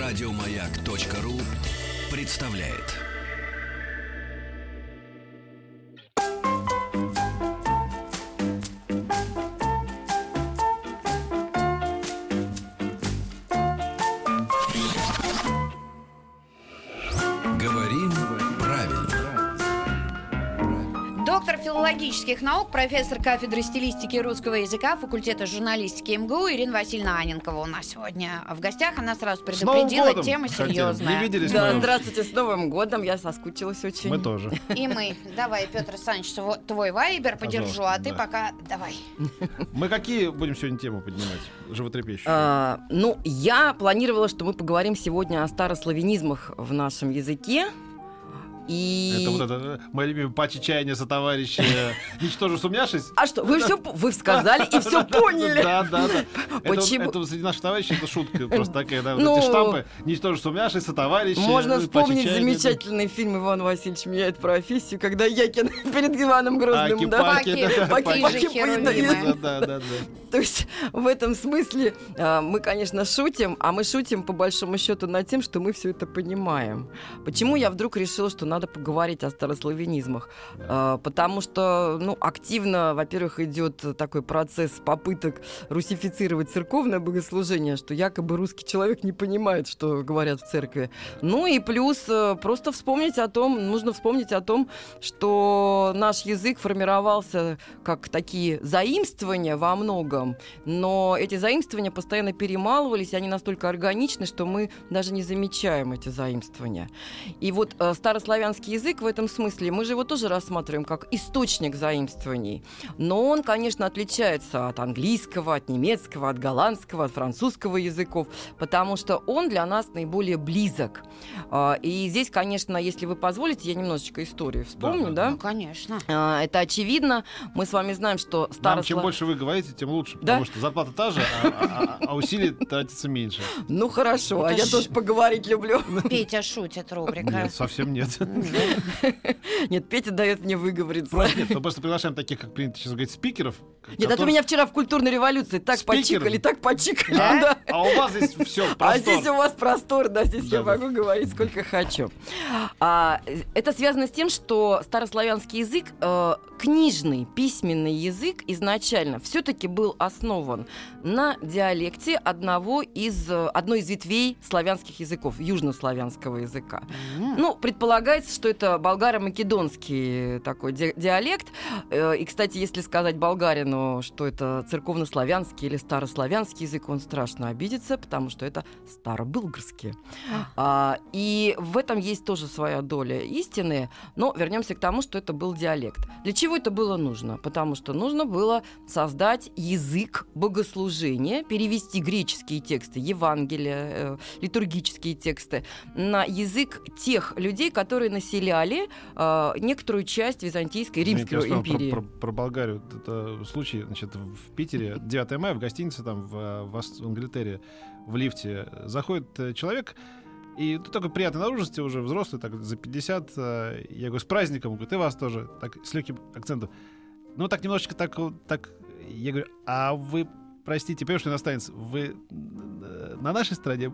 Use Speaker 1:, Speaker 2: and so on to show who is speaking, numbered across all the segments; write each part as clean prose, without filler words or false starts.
Speaker 1: Радиомаяк.ру представляет. Говорим правильно.
Speaker 2: Доктор филологических наук, профессор кафедры стилистики русского языка факультета журналистики МГУ Ирина Васильевна Анненкова у нас сегодня в гостях. Она сразу предупредила, тема серьезная.
Speaker 3: Не виделись
Speaker 4: Да,
Speaker 3: мы.
Speaker 4: здравствуйте, с Новым годом. Я соскучилась очень.
Speaker 3: Мы тоже.
Speaker 2: И мы. Давай, Петр Саныч, твой вайбер подержу,
Speaker 3: Пожалуйста,
Speaker 2: а ты
Speaker 3: да.
Speaker 2: пока давай.
Speaker 3: Мы какие будем сегодня темы поднимать? Животрепещущие.
Speaker 4: Я планировала, что мы поговорим сегодня о старославянизмах в нашем языке. И...
Speaker 3: Это вот это мои любимые пачи чаяния сотоварищи, ничтоже сумняшись.
Speaker 4: А что, вы сказали и все поняли.
Speaker 3: Да.
Speaker 4: Почему?
Speaker 3: Это среди наших товарищей это шутка просто такая, да, вот
Speaker 4: Ну,
Speaker 3: эти штампы, ничтоже сумняшись, сотоварищи.
Speaker 4: Можно
Speaker 3: пачи
Speaker 4: вспомнить
Speaker 3: чаяния,
Speaker 4: замечательный фильм «Иван Васильевич меняет профессию», когда Якин перед Иваном Грозным, да?
Speaker 2: Паки же
Speaker 4: Паки
Speaker 2: херувимы.
Speaker 3: Да.
Speaker 4: То есть в этом смысле мы, конечно, шутим, а мы шутим по большому счету над тем, что мы все это понимаем. Почему я вдруг решила, что надо поговорить о старославянизмах? Потому что, активно, во-первых, идет такой процесс попыток русифицировать церковное богослужение, что якобы русский человек не понимает, что говорят в церкви. Ну и плюс просто нужно вспомнить о том, что наш язык формировался как такие заимствования во многом, но эти заимствования постоянно перемалывались, и они настолько органичны, что мы даже не замечаем эти заимствования. И вот старославянский язык в этом смысле, мы же его тоже рассматриваем как источник заимствований, но он, конечно, отличается от английского, от немецкого, от голландского, от французского языков, потому что он для нас наиболее близок. И здесь, конечно, если вы позволите, я немножечко историю вспомню, да?
Speaker 2: Ну, конечно.
Speaker 4: Это очевидно. Мы с вами знаем, что
Speaker 3: Нам чем больше вы говорите, тем лучше,
Speaker 4: Да?
Speaker 3: потому что зарплата та же, а усилий тратится меньше.
Speaker 4: Ну хорошо, а я тоже поговорить люблю.
Speaker 2: Петя шутит, рубрика.
Speaker 3: Нет, совсем нет.
Speaker 4: Нет, Петя дает мне выговориться.
Speaker 3: Просто нет, мы просто приглашаем таких, как принято сейчас говорить, спикеров.
Speaker 4: Нет, это меня вчера в культурной революции так
Speaker 3: Спикер.
Speaker 4: почикали.
Speaker 2: Да?
Speaker 4: Да.
Speaker 3: А у вас здесь все
Speaker 4: А
Speaker 3: простор.
Speaker 4: здесь у вас простор, да, здесь я
Speaker 3: Да.
Speaker 4: могу говорить сколько хочу. Это связано с тем, что старославянский язык, книжный, письменный язык изначально все-таки был основан на диалекте одной из ветвей славянских языков, южнославянского языка. Предполагается, что это болгаро-македонский такой диалект. И, кстати, если сказать болгарину, что это церковнославянский или старославянский язык, он страшно обидится, потому что это старобылгарский. И в этом есть тоже своя доля истины, но вернемся к тому, что это был диалект. Для чего это было нужно? Потому что нужно было создать язык богослужения, перевести греческие тексты, Евангелия, литургические тексты на язык тех людей, которые населяли некоторую часть Византийской и Римской
Speaker 3: Извините, я
Speaker 4: империи.
Speaker 3: Про Болгарию. Это случай, значит, в Питере, 9 мая, в гостинице, там, в Англитере, в лифте, заходит человек, и такой приятной наружности, уже взрослый, так, за 50. Я говорю, с праздником. Он говорит, и вас тоже. Так, с легким акцентом. Так немножечко так. Я говорю, а вы, простите, понимаешь, что иностранец, вы на нашей стороне?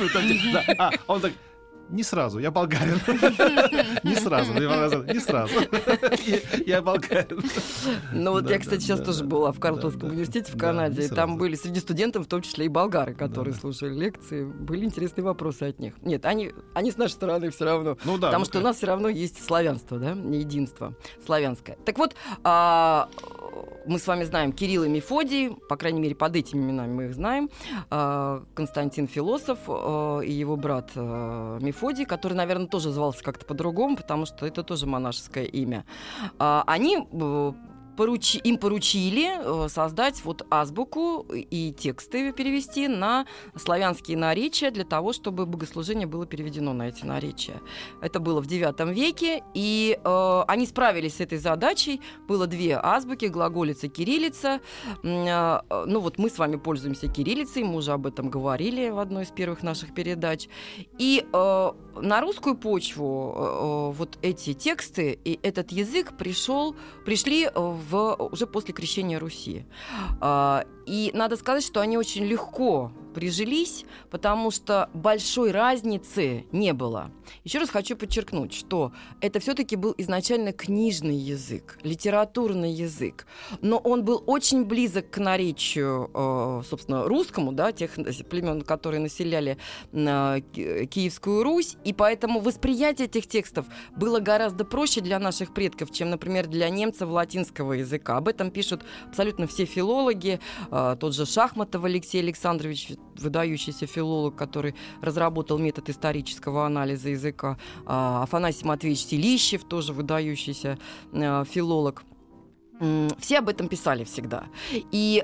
Speaker 3: Он так, не сразу, я болгарин. Не сразу. Я болгарин.
Speaker 4: Я, кстати, сейчас тоже была в Карлтонском университете в Канаде, и там были среди студентов, в том числе и болгары, которые слушали лекции. Были интересные вопросы от них. Нет, они с нашей стороны все равно. Потому что у нас все равно есть славянство, да, не единство славянское. Так вот, мы с вами знаем Кирилл и Мефодий, по крайней мере, под этими именами мы их знаем. Константин Философ и его брат Мефодий, который, наверное, тоже звался как-то по-другому, потому что это тоже монашеское имя. Им поручили создать азбуку и тексты перевести на славянские наречия для того, чтобы богослужение было переведено на эти наречия. Это было в IX веке, и они справились с этой задачей. Было две азбуки, глаголица и кириллица. Мы с вами пользуемся кириллицей, мы уже об этом говорили в одной из первых наших передач. И на русскую почву эти тексты и этот язык пришли уже после крещения Руси. И надо сказать, что они очень легко прижились, потому что большой разницы не было. Еще раз хочу подчеркнуть, что это все-таки был изначально книжный язык, литературный язык, но он был очень близок к наречию, собственно, русскому, да, тех племен, которые населяли Киевскую Русь, и поэтому восприятие этих текстов было гораздо проще для наших предков, чем, например, для немцев латинского языка. Об этом пишут абсолютно все филологи. Тот же Шахматов Алексей Александрович, выдающийся филолог, который разработал метод исторического анализа языка. Афанасий Матвеевич Селищев, тоже выдающийся филолог. Все об этом писали всегда. И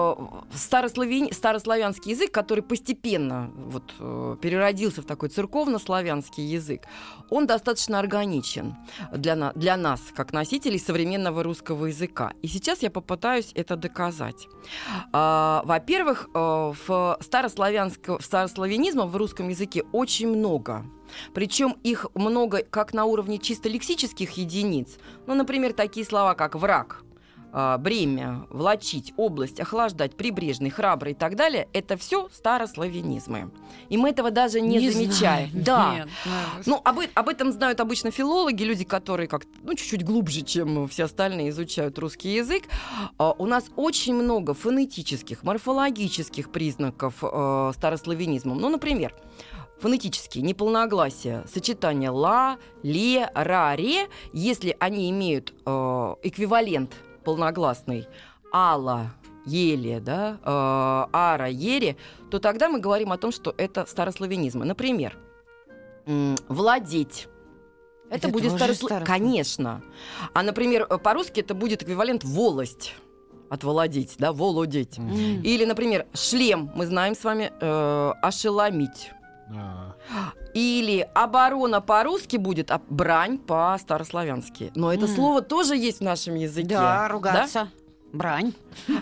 Speaker 4: старославянский язык, который постепенно переродился в такой церковно-славянский язык, он достаточно органичен для нас, как носителей современного русского языка. И сейчас я попытаюсь это доказать. Во-первых, в старославянизма в русском языке очень много. Причем их много как на уровне чисто лексических единиц. Ну, например, такие слова, как «враг», «бремя», «влачить», «область», «охлаждать», «прибрежный», «храбрый» и так далее. Это все старославянизмы. И мы этого даже не замечаем. Да. Нет, ну, об этом знают обычно филологи, люди, которые чуть-чуть глубже, чем все остальные, изучают русский язык. У нас очень много фонетических, морфологических признаков старославянизма. Ну, например, фонетические неполногласия, сочетания ла, ле, ра, ре, если они имеют эквивалент полногласный ала, еле, да, ара, ере, то тогда мы говорим о том, что это старославянизмы. Например, владеть. Это будет старославянизм. Конечно. А, например, по-русски это будет эквивалент волость. Отволодеть, да, володеть. Или, например, шлем, мы знаем с вами, ошеломить. Или оборона по-русски будет, а брань по-старославянски. Но это слово тоже есть в нашем языке.
Speaker 2: Да, ругаться. Да? Брань.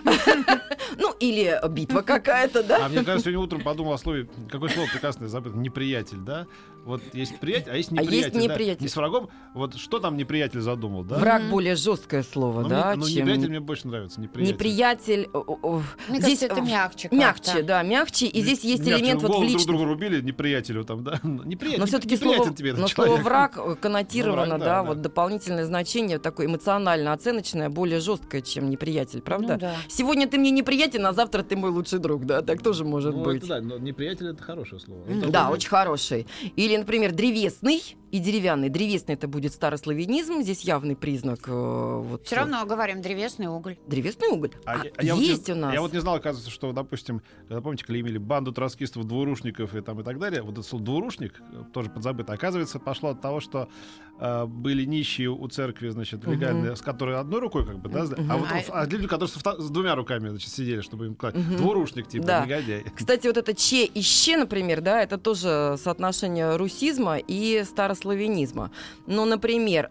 Speaker 4: Ну, или битва какая-то, да?
Speaker 3: А мне кажется, сегодня утром подумал о слове, какое слово прекрасное, забыл, неприятель, да? Вот есть приятель, а есть неприятель.
Speaker 4: Есть неприятель.
Speaker 3: Да? Не с врагом. Вот что там неприятель задумал, да?
Speaker 4: Враг более жесткое слово, да?
Speaker 3: Неприятель мне больше нравится. Неприятель.
Speaker 2: Мне кажется, это мягче.
Speaker 4: Мягче, да, мягче. И здесь есть элемент вот в личном.
Speaker 3: Друг друга рубили неприятелю там, да? Неприятель.
Speaker 4: Но все-таки слово враг коннотировано, да, вот дополнительное значение такое эмоционально-оценочное, более жесткое, чем неприятель, правда? Сегодня ты мне неприятен, а завтра ты мой лучший друг, да? Так тоже может быть.
Speaker 3: Да, но неприятель — это хорошее слово.
Speaker 4: Да, очень хороший. Или, например, древесный и деревянный. Древесный — это будет старославянизм, здесь явный признак.
Speaker 2: Все равно говорим древесный уголь.
Speaker 4: Древесный уголь. Есть у нас.
Speaker 3: Я вот не знал, оказывается, что, допустим, когда, помните, клеймили банду троцкистов, двурушников и так далее, вот это слово «двурушник» тоже подзабыто. Оказывается, пошло от того, что были нищие у церкви, значит, легальные, с которой одной рукой, как бы, да, а люди, которые с двумя руками, значит, сидели, чтобы им класть. Двурушник, типа,
Speaker 4: да.
Speaker 3: Негодяй.
Speaker 4: Кстати, вот это «че» и «ще», например, да, это тоже соотношение русизма и старославянизма. Ну, например,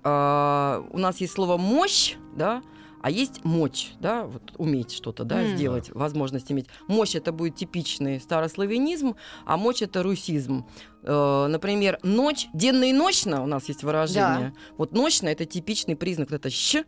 Speaker 4: у нас есть слово «мощь», да, а есть мочь, да, вот уметь что-то, да, сделать, возможность иметь. Мощь — это будет типичный старославянизм, а мочь — это русизм. Например, ночь, денно и ночно у нас есть выражение. Да. Вот ночно — это типичный признак, это «щ»,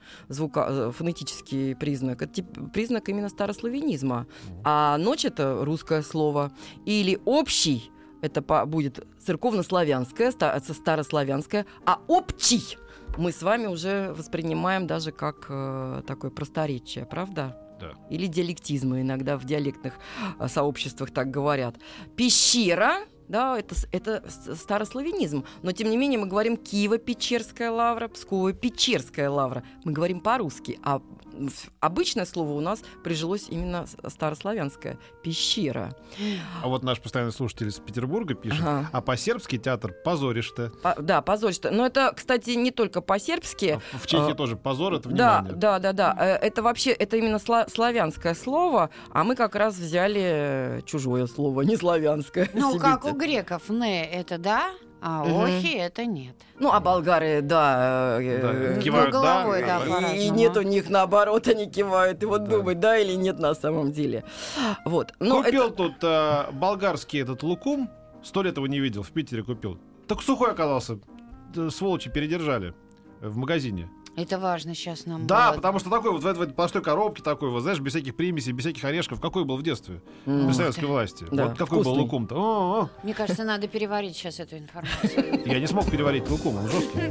Speaker 4: фонетический признак, это признак именно старославянизма. А ночь — это русское слово. Или общий — это будет церковнославянское, старославянское, а общий мы с вами уже воспринимаем даже как такое просторечие, правда?
Speaker 3: Да.
Speaker 4: Или диалектизмы, иногда в диалектных сообществах так говорят. Пещера, да, это старославянизм, но тем не менее мы говорим Киево-Печерская лавра, Псково-Печерская лавра. Мы говорим по-русски, а обычное слово у нас прижилось именно старославянское — пещера.
Speaker 3: А вот наш постоянный слушатель из Петербурга пишет, а по-сербски театр «позоришь-то».
Speaker 4: Да, «позоришь-то». Но это, кстати, не только по-сербски.
Speaker 3: В Чехии тоже «позор» — это внимание.
Speaker 4: Да. Это вообще, это именно славянское слово, а мы как раз взяли чужое слово, не славянское.
Speaker 2: Ну, как у греков «не» — это «да», а охи это нет.
Speaker 4: Ну, а болгары, да,
Speaker 3: кивают,
Speaker 2: головой,
Speaker 3: да,
Speaker 4: и нет у них, наоборот, они кивают. И вот думают, да или нет на самом деле. Вот.
Speaker 3: Купил тут болгарский этот лукум, 100 лет его не видел, в Питере купил. Так сухой оказался, сволочи передержали в магазине.
Speaker 2: Это важно сейчас нам
Speaker 3: Да,
Speaker 2: было.
Speaker 3: потому что такой вот в этой простой коробке такой, вот, знаешь, без всяких примесей, без всяких орешков. Какой был в детстве при советской власти?
Speaker 4: Да,
Speaker 3: Вот какой был
Speaker 4: вкусный.
Speaker 3: лукум-то. О-о-о.
Speaker 2: Мне кажется, надо переварить сейчас эту информацию.
Speaker 3: Я не смог переварить лукум, он жесткий.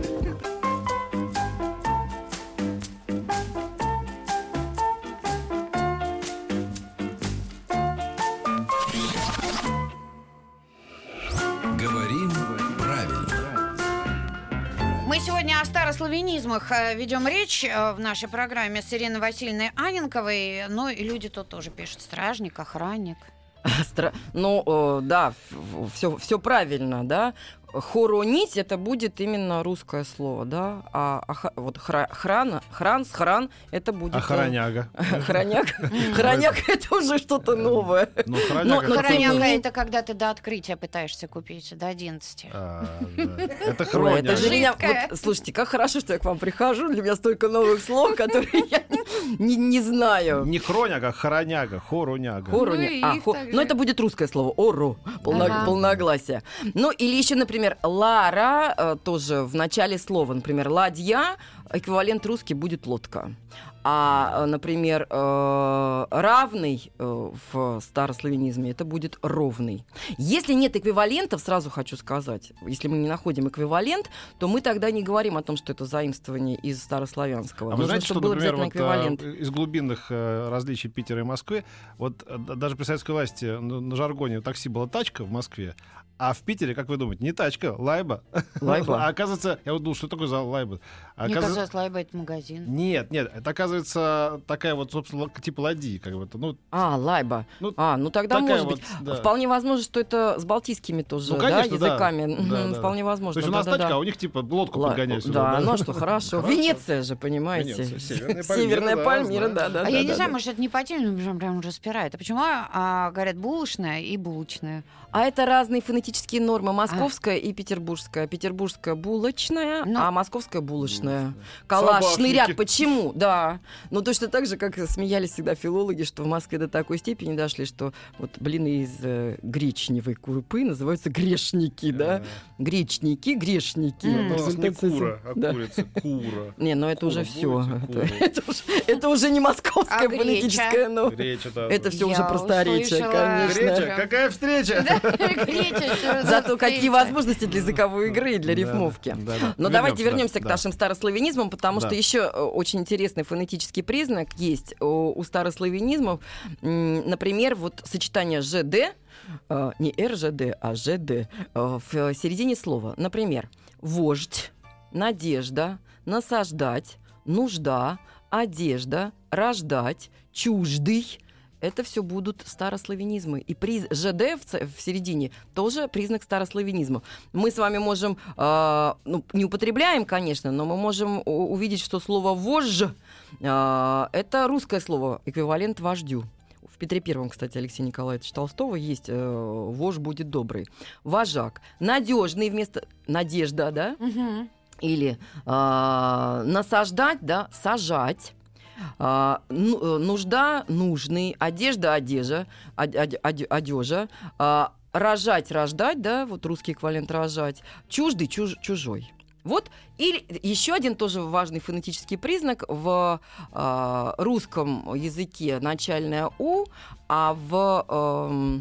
Speaker 1: Говорим правильно.
Speaker 2: Мы сегодня о старославянизмах ведем речь в нашей программе с Ириной Васильевной Анненковой. Ну, и люди тут тоже пишут: стражник, охранник.
Speaker 4: Ну, да, все правильно, да. Хоронить — это будет именно русское слово, да. Вот хран — это будет...
Speaker 3: Охраняга.
Speaker 4: Хороняк — это уже что-то новое.
Speaker 3: Ну,
Speaker 4: Но
Speaker 2: Хороняга — это когда ты до открытия пытаешься купить, до 11.
Speaker 3: Это
Speaker 4: Ой,
Speaker 3: хроня.
Speaker 4: это же меня...
Speaker 2: Жидкое.
Speaker 4: Вот, слушайте, как хорошо, что я к вам прихожу. Для меня столько новых слов, которые я не знаю.
Speaker 3: Не хроняга, а хороняга, хороняга.
Speaker 2: Ну и их также.
Speaker 4: Но это будет русское слово. Оро.
Speaker 2: Ага.
Speaker 4: Полногласие. Ну, или еще, например, лара, тоже в начале слова. Например, ладья, эквивалент русский будет лодка. А, например, равный в старославянизме — это будет ровный. Если нет эквивалентов, сразу хочу сказать, если мы не находим эквивалент, то мы тогда не говорим о том, что это заимствование из старославянского.
Speaker 3: А вы
Speaker 4: Нужно,
Speaker 3: знаете, что,
Speaker 4: чтобы был
Speaker 3: например,
Speaker 4: обязательно
Speaker 3: вот,
Speaker 4: эквивалент.
Speaker 3: из глубинных различий Питера и Москвы, вот даже при советской власти на жаргоне такси была тачка в Москве, а в Питере, как вы думаете, не тачка, лайба.
Speaker 4: Лайба.
Speaker 3: А оказывается, я вот думал, что такое за лайба?
Speaker 2: Мне казалось, лайба — это магазин.
Speaker 3: Нет, это оказывается такая вот, собственно, типа ладьи, как бы. Ну,
Speaker 4: Лайба.
Speaker 3: Ну,
Speaker 4: Ну тогда
Speaker 3: такая
Speaker 4: может
Speaker 3: вот,
Speaker 4: быть.
Speaker 3: да.
Speaker 4: Вполне возможно, что это с балтийскими тоже,
Speaker 3: Ну, конечно,
Speaker 4: да, языками.
Speaker 3: да.
Speaker 4: Мгм,
Speaker 3: Да.
Speaker 4: Вполне
Speaker 3: То
Speaker 4: возможно.
Speaker 3: есть у нас
Speaker 4: да-да-да.
Speaker 3: тачка, а у них типа лодку подгоняют сюда.
Speaker 4: Да, ну а что, хорошо.
Speaker 3: Хорошо.
Speaker 4: Венеция же, понимаете.
Speaker 3: Венеция, Северная
Speaker 4: Северная
Speaker 3: Пальмира,
Speaker 4: Пальмира,
Speaker 3: да,
Speaker 4: да.
Speaker 2: А я не знаю, может, это не по теме, прям распирает. А почему говорят булочная и булочная?
Speaker 4: А это разные фонетические нормы. Московская и петербургская. Петербургская булочная,
Speaker 2: Ну.
Speaker 4: а московская булочная. Калашный
Speaker 3: Собашники.
Speaker 4: ряд. Почему? Да. Ну точно так же, как смеялись всегда филологи, что в Москве до такой степени дошли, что вот блины из гречневой крупы называются грешники, да? Гречники, грешники.
Speaker 3: Это у нас не
Speaker 4: Презентация.
Speaker 3: кура, а
Speaker 4: Да.
Speaker 3: курица, кура.
Speaker 4: Не, ну это уже
Speaker 3: Кура,
Speaker 4: все.
Speaker 3: булочка, кура.
Speaker 4: Это уже не московская
Speaker 2: А греча?
Speaker 4: фонетическая норма.
Speaker 3: Греча, да.
Speaker 4: Это все
Speaker 2: Я
Speaker 4: уже просторечие,
Speaker 2: услышала.
Speaker 4: конечно.
Speaker 3: Греча, какая встреча?
Speaker 4: Зато какие возможности для языковой игры и для
Speaker 3: Да,
Speaker 4: рифмовки.
Speaker 3: да, да.
Speaker 4: Но давайте
Speaker 3: Вернёмся,
Speaker 4: вернемся к
Speaker 3: да.
Speaker 4: нашим старославянизмам, потому
Speaker 3: Да.
Speaker 4: что еще очень интересный фонетический признак есть у старославянизмов. Например, вот сочетание ЖД, не РЖД, а ЖД в середине слова. Например, вождь, надежда, насаждать, нужда, одежда, рождать, чуждый. Это все будут старославянизмы. И ЖД в середине тоже признак старославянизма. Мы с вами можем, не употребляем, конечно, но мы можем увидеть, что слово «вожжь» это русское слово, эквивалент «вождю». В Петре Первом, кстати, Алексея Николаевича Толстого есть «вождь будет добрый». Вожак. Надежный вместо надежда, да? Или насаждать, да, сажать. Нужда, нужный, одежда, одежа, одежа, рожать, рождать, да, вот русский эквивалент рожать, чуждый, чужой. Вот, или еще один тоже важный фонетический признак в русском языке начальное «у», а в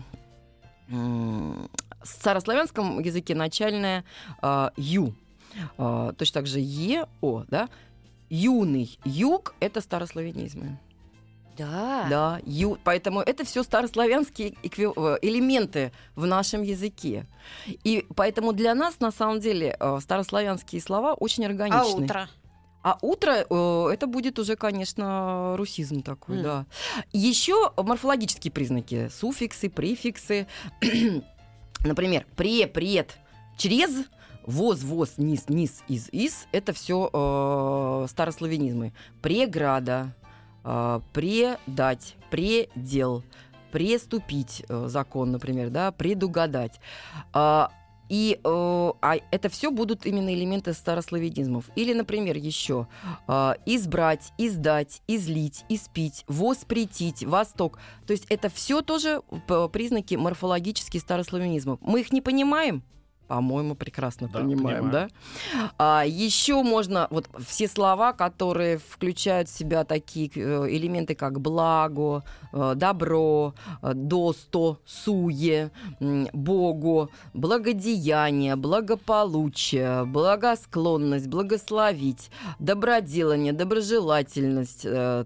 Speaker 4: старославянском языке начальное «ю». Точно так же «е», «о», да. Юный, юг — это старославянизмы.
Speaker 2: Да.
Speaker 4: Да, поэтому это все старославянские элементы в нашем языке. И поэтому для нас, на самом деле, старославянские слова очень органичны. А утро это будет уже, конечно, русизм такой, да. Еще морфологические признаки, суффиксы, префиксы. Например, пред, через. Воз, низ, из. Это все старославянизмы. Преграда, предать, предел, преступить закон, например, да, предугадать. И это все будут именно элементы старославянизмов. Или, например, еще избрать, издать, излить, испить, воспретить, восток. То есть это все тоже признаки морфологических старославянизмов. Мы их не понимаем? По-моему, прекрасно
Speaker 3: Да,
Speaker 4: понимаем,
Speaker 3: понимаю.
Speaker 4: да? Еще можно, вот все слова, которые включают в себя такие элементы, как благо, добро, досто, суе, богу, благодеяние, благополучие, благосклонность, благословить, доброделание, доброжелательность,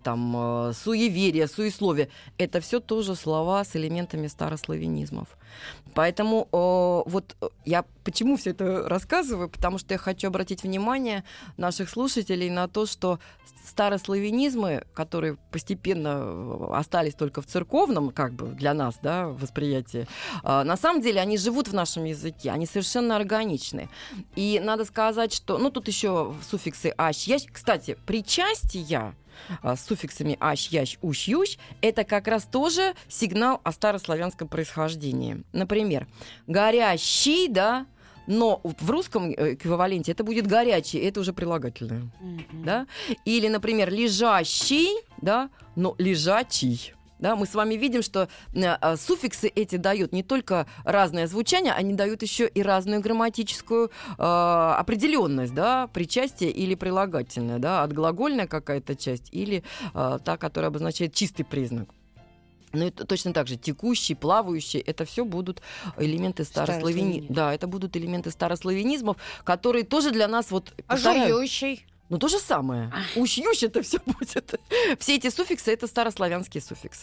Speaker 4: там, суеверие, суесловие. Это все тоже слова с элементами старославянизмов. Поэтому вот я почему все это рассказываю? Потому что я хочу обратить внимание наших слушателей на то, что старославянизмы, которые постепенно остались только в церковном, как бы для нас, да, восприятии, на самом деле они живут в нашем языке, они совершенно органичны. И надо сказать, что, ну, тут еще суффиксы ащ, ящ. Кстати, причастия с суффиксами ащ, ящ, ущ, ющ, это как раз тоже сигнал о старославянском происхождении. Например, горящий, да, но в русском эквиваленте это будет горячий, это уже прилагательное. Да? Или, например, лежащий, да, но лежачий. Да, мы с вами видим, что суффиксы эти дают не только разное звучание, они дают еще и разную грамматическую определенность, да, причастие или прилагательное, да, отглагольная какая-то часть или та, которая обозначает чистый признак. Ну и точно так же текущий, плавающий, это все будут элементы старославянизмов. Да, это будут элементы старославянизмов, которые тоже для нас вот.
Speaker 2: А жующий?
Speaker 4: Ну, то же самое. Ущ-ющ это все будет. Все эти суффиксы — это старославянские суффиксы.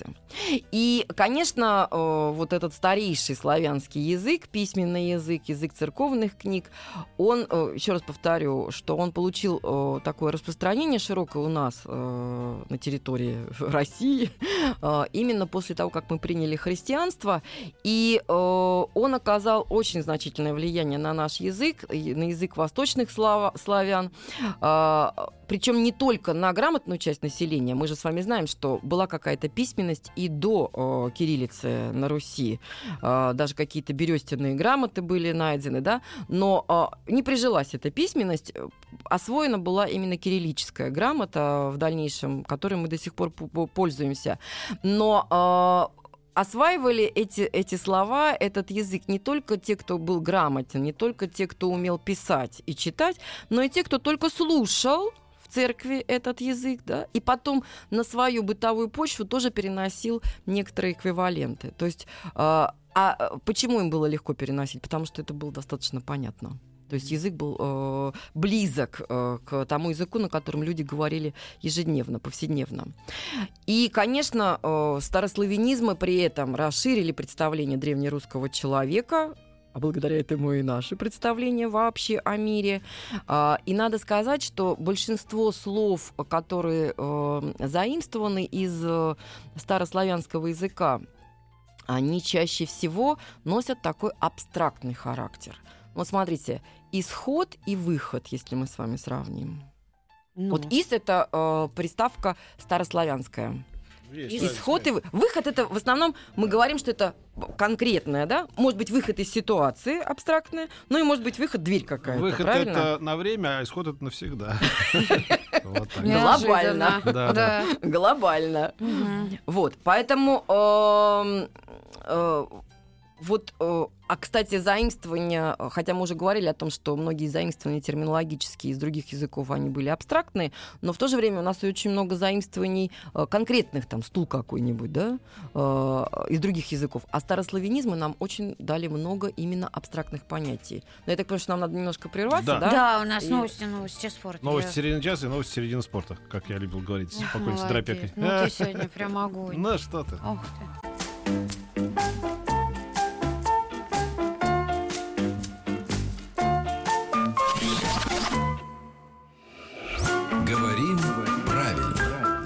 Speaker 4: И, конечно, вот этот старейший славянский язык, письменный язык, язык церковных книг, он, еще раз повторю, что он получил такое распространение широкое у нас на территории России именно после того, как мы приняли христианство. И он оказал очень значительное влияние на наш язык, на язык восточных славян. Причем не только на грамотную часть населения. Мы же с вами знаем, что была какая-то письменность и до кириллицы на Руси. Даже какие-то берестяные грамоты были найдены, да? Но не прижилась эта письменность. Освоена была именно кириллическая грамота в дальнейшем, которой мы до сих пор пользуемся. Но осваивали эти слова, этот язык не только те, кто был грамотен, не только те, кто умел писать и читать, но и те, кто только слушал в церкви этот язык, да, и потом на свою бытовую почву тоже переносил некоторые эквиваленты. То есть, почему им было легко переносить? Потому что это было достаточно понятно. То есть язык был близок к тому языку, на котором люди говорили ежедневно, повседневно. И, конечно, старославянизмы при этом расширили представление древнерусского человека, а благодаря этому и наши представления вообще о мире. И надо сказать, что большинство слов, которые заимствованы из старославянского языка, они чаще всего носят такой абстрактный характер. Вот смотрите, исход и выход, если мы с вами сравним.
Speaker 2: Ну.
Speaker 4: Вот ис — это приставка старославянская. Исход и выход — это в основном мы говорим, что это конкретное, да? Может быть, выход из ситуации абстрактная, но и может быть выход, дверь какая-то,
Speaker 3: Выход
Speaker 4: правильно?
Speaker 3: это на время, а исход это навсегда. Вот так.
Speaker 4: Глобально.
Speaker 3: Да.
Speaker 4: Глобально. Вот, поэтому вот, кстати, заимствования, хотя мы уже говорили о том, что многие заимствования терминологические из других языков, они были абстрактные, но в то же время у нас и очень много заимствований конкретных, там, стул какой-нибудь, да, из других языков. А старославянизмы нам очень дали много именно абстрактных понятий. Но я так понимаю, что нам надо немножко прерваться, да?
Speaker 2: Да, у нас новости спорта.
Speaker 3: Новости середины часа и новости середины спорта, как я любил говорить, спокойно с Дропекой.
Speaker 2: Ну, ты сегодня прям огонь.
Speaker 3: Ну, что ты.
Speaker 2: Ох ты.
Speaker 1: Говорим правильно.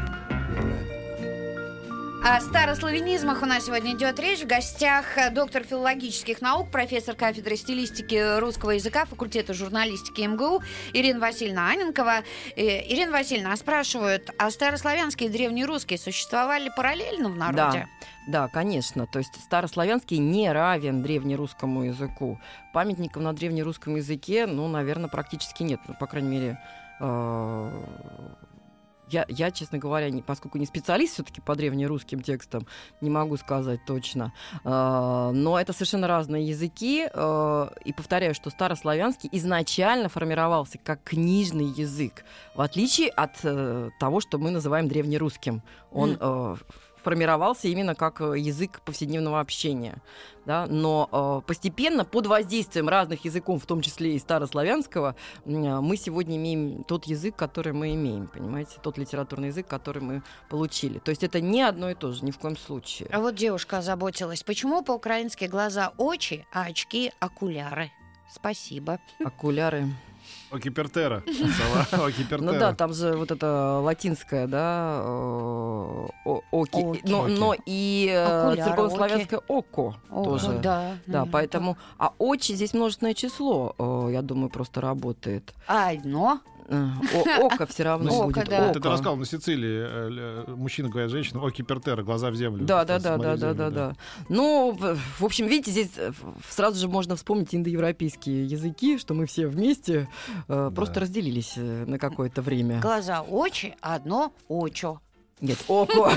Speaker 2: О старославянизмах у нас сегодня идет речь. В гостях доктор филологических наук, профессор кафедры стилистики русского языка факультета журналистики МГУ Ирина Васильевна Анненкова. Ирина Васильевна, спрашивают, а старославянские и древнерусские существовали параллельно в народе?
Speaker 4: Да, конечно. То есть старославянский не равен древнерусскому языку. Памятников на древнерусском языке, ну, наверное, практически нет. Ну, по крайней мере, Я, честно говоря, поскольку не специалист все-таки по древнерусским текстам, не могу сказать точно. Но это совершенно разные языки. И повторяю, что старославянский изначально формировался как книжный язык, в отличие от того, что мы называем древнерусским. Он формировался именно как язык повседневного общения. Да? Но постепенно, под воздействием разных языков, в том числе и старославянского, мы сегодня имеем тот язык, который мы имеем, понимаете? Тот литературный язык, который мы получили. То есть это не одно и то же, ни в коем случае.
Speaker 2: А вот девушка озаботилась. Почему по-украински глаза очи, а очки окуляры? Спасибо.
Speaker 4: Окуляры.
Speaker 3: Окипертера.
Speaker 4: Ну да, там же вот это латинское, да, оки. Но и церковнославянское око тоже. Да, поэтому... А очи здесь множественное число, я думаю, просто работает.
Speaker 2: Одно?
Speaker 4: Око все равно будет.
Speaker 3: Да. Ты рассказал, на Сицилии мужчина говорит женщина, окипертера, глаза в землю.
Speaker 4: Да. Ну, в общем, видите, здесь сразу же можно вспомнить индоевропейские языки, что мы все вместе просто разделились на какое-то время.
Speaker 2: Глаза очи, одно очо.
Speaker 4: Нет, око.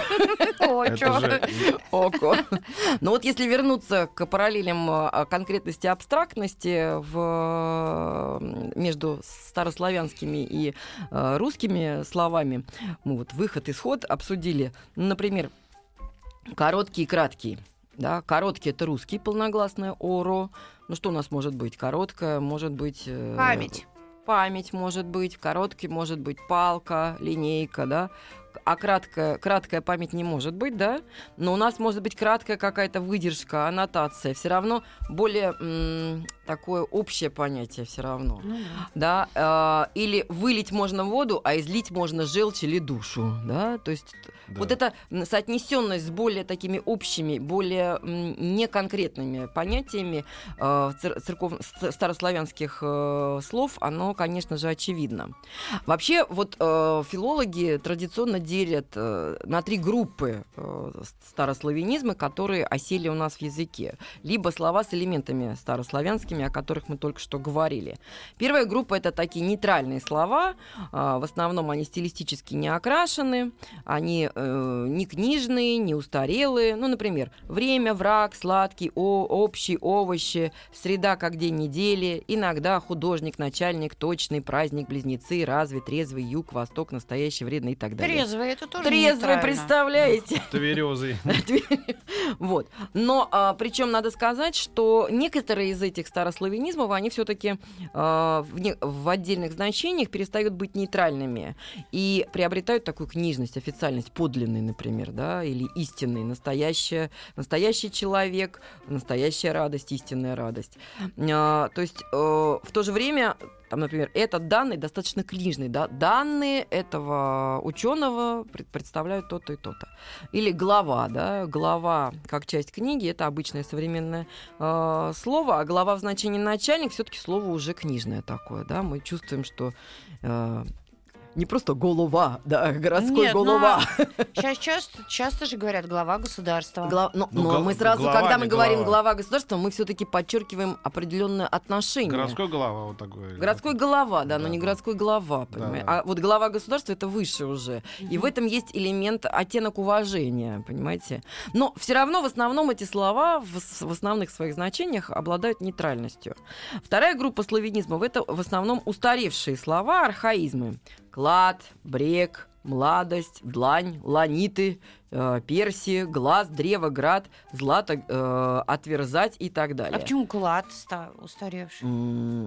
Speaker 2: Око.
Speaker 4: Но вот если вернуться к параллелям конкретности и абстрактности между старославянскими и русскими словами, мы вот выход, исход обсудили. Например, короткий и краткий. Да, короткий — это русский, полногласное оро. Ну что у нас может быть? Короткое может быть... Память может быть, короткий может быть палка, линейка, да. А краткая память не может быть, да? Но у нас может быть краткая какая-то выдержка, аннотация. Все равно более такое общее понятие все равно. Да? Или вылить можно воду, а излить можно желчь или душу. Да? То есть вот эта соотнесенность с более такими общими, более неконкретными понятиями старославянских слов, оно, конечно же, очевидно. Вообще, вот филологи традиционно делят на 3 группы старославянизмы, которые осели у нас в языке. Либо слова с элементами старославянскими, о которых мы только что говорили. Первая группа — это такие нейтральные слова. В основном они стилистически не окрашены, они не книжные, не устарелые. Ну, например, время, враг, сладкий, общий, овощи, среда как день недели, иногда художник, начальник, точный, праздник, близнецы, разве, трезвый, юг, восток, настоящий, вредный и так далее.
Speaker 2: Трезвый, это тоже
Speaker 4: трезвый, представляете?
Speaker 3: Тверезый.
Speaker 4: Вот. Но причем надо сказать, что некоторые из этих старославянизмов, они все-таки в отдельных значениях перестают быть нейтральными и приобретают такую книжность, официальность, подлинный, например, да, или истинный, настоящий человек, настоящая радость, истинная радость. То есть в то же время, там, например, этот данный достаточно книжный, да, данные этого ученого представляют то-то и то-то. Или глава, да, глава как часть книги, это обычное современное слово, а глава в значении начальник все-таки слово уже книжное такое, да, мы чувствуем, что не просто голова, да, городской голова.
Speaker 2: Сейчас часто же говорят глава государства.
Speaker 4: Но мы сразу, когда мы говорим глава государства, мы все-таки подчеркиваем определенное отношение.
Speaker 3: Городской голова вот такой.
Speaker 4: Городской голова, да, но не городской глава, понимаете. А вот глава государства — это выше уже. И в этом есть элемент, оттенок уважения, понимаете. Но все равно в основном эти слова в основных своих значениях обладают нейтральностью. Вторая группа славянизмов — это в основном устаревшие слова, архаизмы. Клад, брег, младость, длань, ланиты, перси, глаз, древо, град, злато, отверзать и так далее.
Speaker 2: А почему клад устаревший?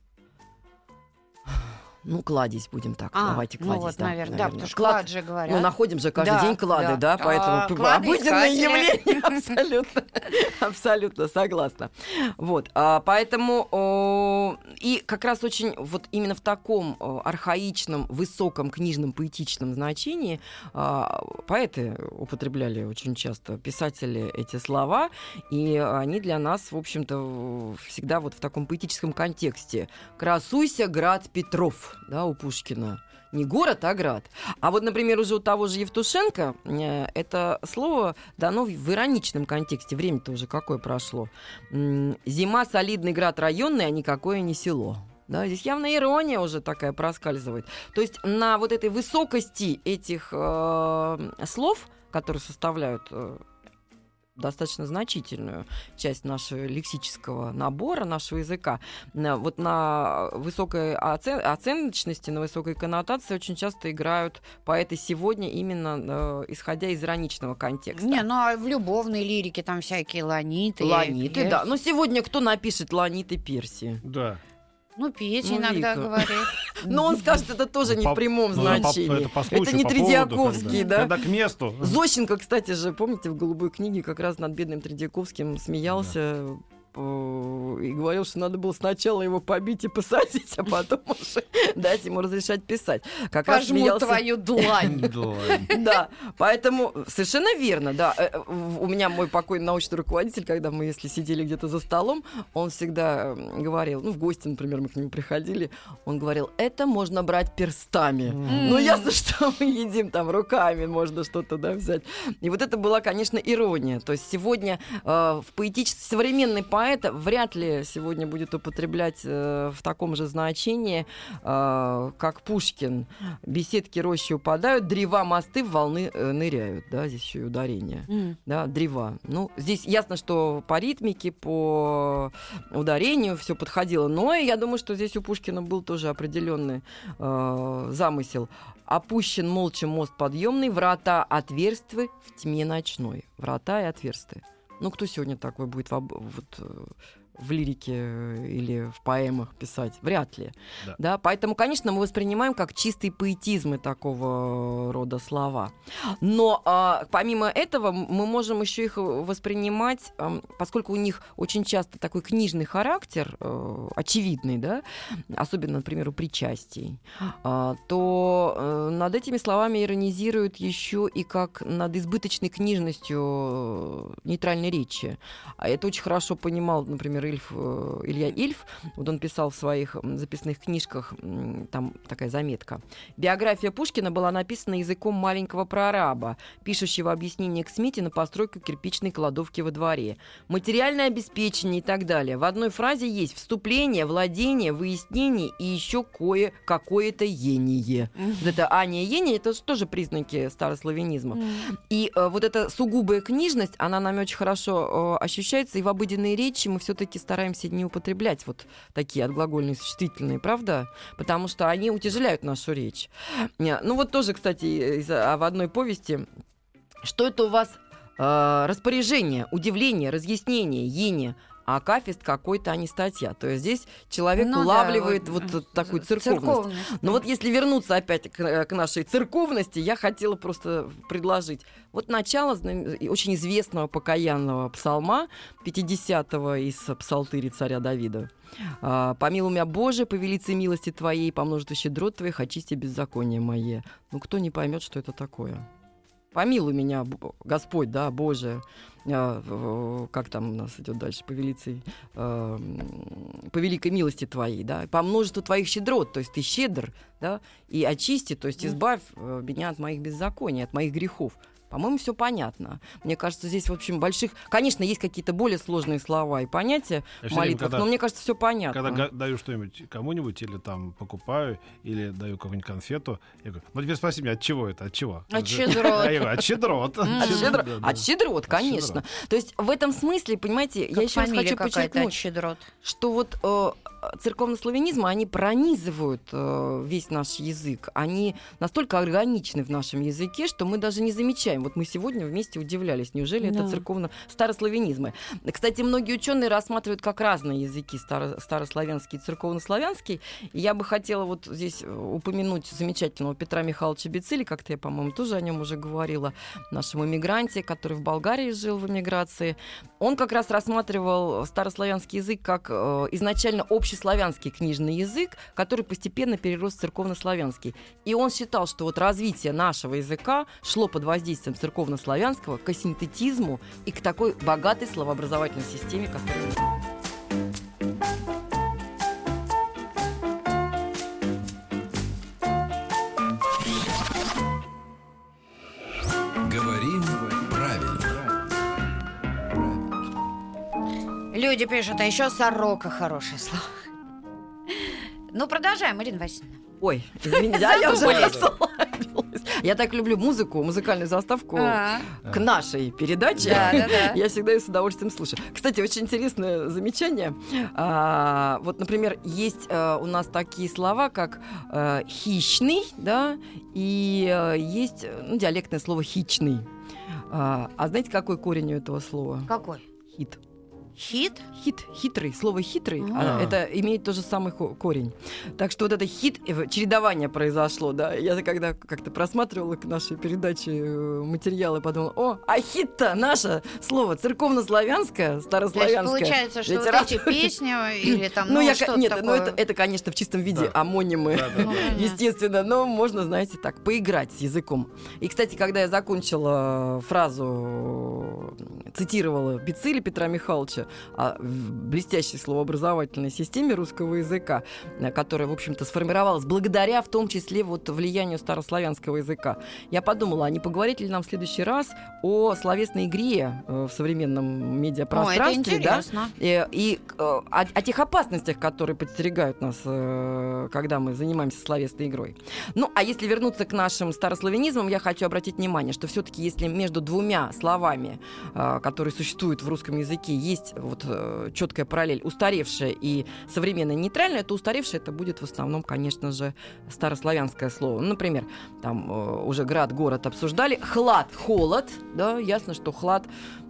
Speaker 4: Ну, кладезь будем так. Давайте кладезь.
Speaker 2: Ну вот, да, наверное. Да, потому что клад же говорят.
Speaker 4: Ну, находим же каждый день клады, да, поэтому обыденное явление. Абсолютно согласна. Вот, поэтому и как раз очень вот именно в таком архаичном, высоком книжном, поэтичном значении поэты употребляли очень часто, писатели, эти слова, и они для нас, в общем-то, всегда вот в таком поэтическом контексте. «Красуйся, град Петров», да, у Пушкина. Не город, а град. А вот, например, уже у того же Евтушенко это слово дано в ироничном контексте. Время-то уже какое прошло. «Зима, солидный град районный, а никакое не село». Да, здесь явно ирония уже такая проскальзывает. То есть на вот этой высокости этих слов, которые составляют достаточно значительную часть нашего лексического набора, нашего языка, вот на высокой оценочности, на высокой коннотации очень часто играют поэты сегодня именно исходя из ироничного контекста.
Speaker 2: Не, ну а в любовной лирике там всякие ланиты.
Speaker 4: Ланиты, да. Но сегодня кто напишет ланиты Персии?
Speaker 3: Да.
Speaker 2: Ну, Петя
Speaker 4: Ну,
Speaker 2: иногда
Speaker 4: Вика.
Speaker 2: говорит.
Speaker 4: Но он скажет, это тоже не в прямом значении. Это не Тредиаковский, да?
Speaker 3: Когда к месту.
Speaker 4: Зощенко, кстати же, помните, в «Голубой книге» как раз над бедным Тредиаковским смеялся и говорил, что надо было сначала его побить и посадить, а потом уже дать ему разрешать писать. Как раз
Speaker 2: Пожму
Speaker 4: смеялся.
Speaker 2: твою длань.
Speaker 4: Да, поэтому совершенно верно, да. У меня мой покойный научный руководитель, когда мы, если сидели где-то за столом, он всегда говорил, ну, в гости, например, мы к нему приходили, он говорил, это можно брать перстами. Ну, ясно, что мы едим там руками, можно что-то, да, взять. И вот это была, конечно, ирония. То есть сегодня в поэтической, современный поэт вряд ли сегодня будет употреблять в таком же значении, как Пушкин. Беседки, рощи упадают, древа, мосты в волны ныряют. Да, здесь еще и ударение. Да, древа. Ну, здесь ясно, что по ритмике, по ударению все подходило. Но я думаю, что здесь у Пушкина был тоже определенный замысел. Опущен молча мост подъемный, врата отверсты в тьме ночной. Врата и отверсты. Ну, кто сегодня такой будет в лирике или в поэмах писать? Вряд ли.
Speaker 3: Да.
Speaker 4: Да? Поэтому, конечно, мы воспринимаем как чистый поэтизм и такого рода слова. Но помимо этого мы можем еще их воспринимать, поскольку у них очень часто такой книжный характер, очевидный, да? Особенно, например, у причастий, то над этими словами иронизируют еще и как над избыточной книжностью нейтральной речи. А это очень хорошо понимал, например, Илья Ильф. Вот он писал в своих записных книжках, там такая заметка. Биография Пушкина была написана языком маленького прораба, пишущего объяснение к смете на постройку кирпичной кладовки во дворе. Материальное обеспечение и так далее. В одной фразе есть вступление, владение, выяснение и еще какое-то ение. Вот это ание, ение, это тоже признаки старославянизма. И вот эта сугубая книжность, она нами очень хорошо ощущается, и в обыденной речи мы все-таки стараемся не употреблять вот такие отглагольные существительные, правда? Потому что они утяжеляют нашу речь. Ну вот тоже, кстати, в одной повести, что это у вас распоряжение, удивление, разъяснение, ение, а акафист какой-то, а не статья. То есть здесь человек улавливает вот такую церковность. Но вот если вернуться опять к нашей церковности, я хотела просто предложить. Вот начало очень известного покаянного псалма, 50-го из псалтыри царя Давида. «Помилуй меня, Боже, по велице милости Твоей, по множеству щедрот Твоих, очисти беззаконие мое». Ну, кто не поймет, что это такое? Помилуй меня, Господь, да, Боже. Как там у нас идет дальше, по великой милости Твоей, да, по множеству Твоих щедрот, то есть Ты щедр, да, и очисти, то есть избавь меня от моих беззаконий, от моих грехов. По-моему, все понятно. Мне кажется, здесь, в общем, больших... Конечно, есть какие-то более сложные слова и понятия в молитвах, но мне кажется, все понятно.
Speaker 3: Когда даю что-нибудь кому-нибудь, или там покупаю, или даю какую-нибудь конфету, я говорю, ну теперь спроси меня, от чего это? От чего?
Speaker 2: От щедрот.
Speaker 3: Я говорю, от щедрот.
Speaker 4: От щедрот, конечно. То есть в этом смысле, понимаете, я еще раз хочу подчеркнуть, что вот церковнославянизмы, они пронизывают весь наш язык. Они настолько органичны в нашем языке, что мы даже не замечаем. Вот мы сегодня вместе удивлялись, неужели это церковно-старославянизмы. Кстати, многие ученые рассматривают как разные языки, старославянский и церковнославянский. И я бы хотела вот здесь упомянуть замечательного Петра Михайловича Бицили, как-то я, по-моему, тоже о нем уже говорила, нашему эмигранте, который в Болгарии жил в эмиграции. Он как раз рассматривал старославянский язык как изначально общеславянский книжный язык, который постепенно перерос в церковнославянский. И он считал, что вот развитие нашего языка шло под воздействием церковнославянского к синтетизму и к такой богатой словообразовательной системе, которая...
Speaker 1: Говорим правильно.
Speaker 2: Люди пишут, а еще сорока хорошее слово. Ну, продолжаем, Ирина Васильевна.
Speaker 4: Ой, извините, я уже расслабилась. Я так люблю музыку, музыкальную заставку к нашей передаче.
Speaker 2: Да.
Speaker 4: Я всегда ее с удовольствием слушаю. Кстати, очень интересное замечание. Вот, например, есть у нас такие слова, как хищный, да, и есть диалектное слово хичный. А знаете, какой корень у этого слова?
Speaker 2: Какой?
Speaker 4: Хит.
Speaker 2: Хит?
Speaker 4: Хитрый. Слово хитрый, это имеет тот же самый корень. Так что вот это чередование произошло, да. Я когда как-то просматривала к нашей передаче материалы, подумала, а хит-то наше слово церковнославянское, старославянское.
Speaker 2: То есть получается, что вот эти песни или там, что-то
Speaker 4: нет,
Speaker 2: такое...
Speaker 4: это, конечно, в чистом виде амонимы, естественно, но можно, знаете, так, поиграть с языком. И, кстати, когда я закончила фразу, цитировала Бицили Петра Михайловича, о блестящей словообразовательной системе русского языка, которая, в общем-то, сформировалась благодаря, в том числе, вот влиянию старославянского языка. Я подумала, а не поговорить ли нам в следующий раз о словесной игре в современном медиапространстве,
Speaker 2: это интересно.
Speaker 4: Да? И о тех опасностях, которые подстерегают нас, когда мы занимаемся словесной игрой. Ну, а если вернуться к нашим старославянизмам, я хочу обратить внимание, что все-таки, если между двумя словами, которые существуют в русском языке, есть вот четкая параллель устаревшая и современная нейтральная, то устаревшее это будет в основном, конечно же, старославянское слово. Ну, например, там уже град, город обсуждали. Хлад, холод, да, ясно, что хлад...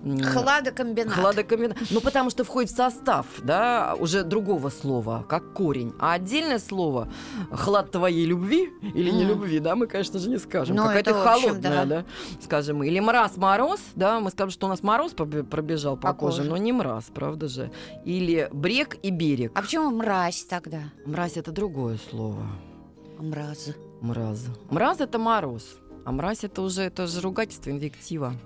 Speaker 2: Хладокомбинат.
Speaker 4: Ну, потому что входит в состав, да, уже другого слова, как корень. А отдельное слово хлад твоей любви или не любви, да, мы, конечно же, не скажем. Какая-то холодная, да, скажем мы. Или мороз, да, мы скажем, что у нас мороз пробежал по коже, но не мразь, правда же. Или брег и берег.
Speaker 2: А почему мразь тогда?
Speaker 4: Мразь — это другое слово.
Speaker 2: Мразь.
Speaker 4: Мразь — это мороз. А мразь — это же ругательство, инвектива.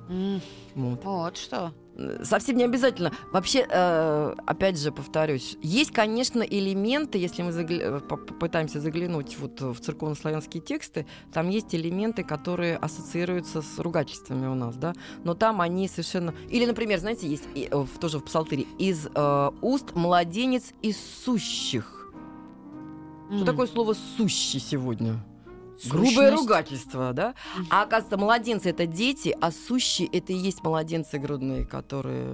Speaker 2: Вот что.
Speaker 4: Совсем не обязательно. Вообще, опять же, повторюсь, есть, конечно, элементы, если мы попытаемся заглянуть вот в церковнославянские тексты, там есть элементы, которые ассоциируются с ругательствами у нас, да, но там они совершенно... Или, например, знаете, есть тоже в Псалтыре: «Из уст младенец из сущих». Что такое слово «сущий» сегодня? Грубое ругательство, да? А оказывается, младенцы — это дети, а сущие — это и есть младенцы грудные, которым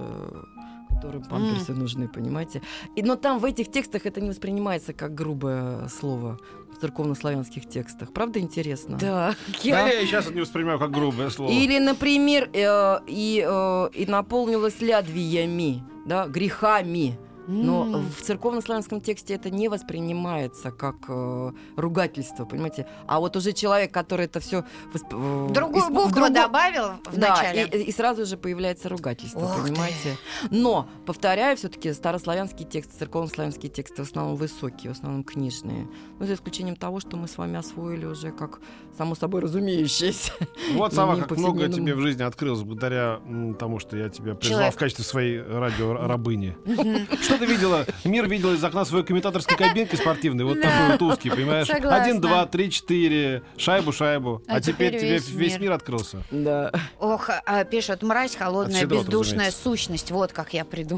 Speaker 4: памперсы нужны, понимаете? Но там в этих текстах это не воспринимается как грубое слово в церковнославянских текстах. Правда интересно?
Speaker 2: Да.
Speaker 3: Я сейчас не воспринимаю как грубое слово.
Speaker 4: Или, например, и наполнилось лядвиями, да, грехами. Но в церковнославянском тексте это не воспринимается как ругательство, понимаете? А вот уже человек, который это все
Speaker 2: другую букву добавил в начале.
Speaker 4: И сразу же появляется ругательство, понимаете? Но, повторяю, все-таки старославянские тексты, церковнославянские тексты в основном высокие, в основном книжные. Ну, за исключением того, что мы с вами освоили уже как само собой разумеющееся.
Speaker 3: Вот сама как много тебе в жизни открылось благодаря тому, что я тебя призвал в качестве своей радиорабыни. Что ты видела? Мир видел из окна своей комментаторской кабинки спортивной, вот такой вот узкий, понимаешь? 1, 2, 3, 4, шайбу. А теперь тебе весь мир открылся.
Speaker 4: Да.
Speaker 2: Ох, пишут: мразь, холодная, бездушная сущность. Вот как я придумала.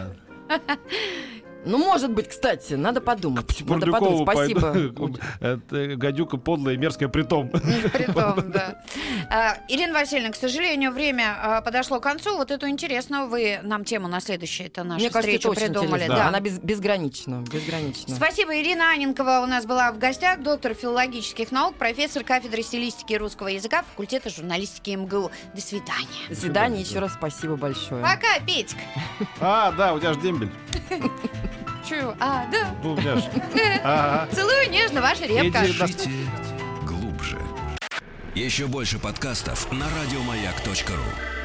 Speaker 4: Ну, может быть, кстати, надо подумать. Спасибо.
Speaker 3: Это гадюка подлая, мерзкая, притом.
Speaker 2: Притом, да. Ирина Васильевна, к сожалению, время подошло к концу. Вот эту интересную вы нам тему на следующую нашу встречу придумали.
Speaker 4: Да. Она безгранична.
Speaker 2: Спасибо. Ирина Анненкова у нас была в гостях, доктор филологических наук, профессор кафедры стилистики и русского языка факультета журналистики МГУ. До свидания.
Speaker 4: До свидания. Еще раз спасибо большое.
Speaker 2: Пока, Петька.
Speaker 3: Да, у тебя же дембель.
Speaker 2: Чего? Да.
Speaker 3: Ну, у меня же.
Speaker 2: Целую нежно, ваша репка.
Speaker 1: Дышите глубже. Еще больше подкастов на радиомаяк.ру.